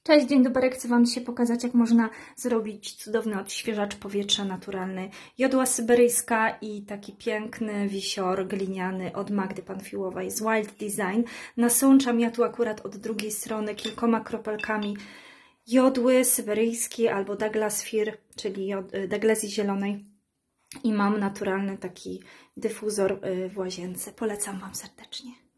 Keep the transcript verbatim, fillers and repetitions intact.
Cześć, dzień dobry. Chcę Wam dzisiaj pokazać, jak można zrobić cudowny odświeżacz powietrza naturalny. Jodła syberyjska i taki piękny wisior gliniany od Magdy Panfiłowej z Wild Design. Nasączam ja tu akurat od drugiej strony kilkoma kropelkami jodły syberyjskiej albo Douglas Fir, czyli jod, Douglasii zielonej. I mam naturalny taki dyfuzor w łazience. Polecam Wam serdecznie.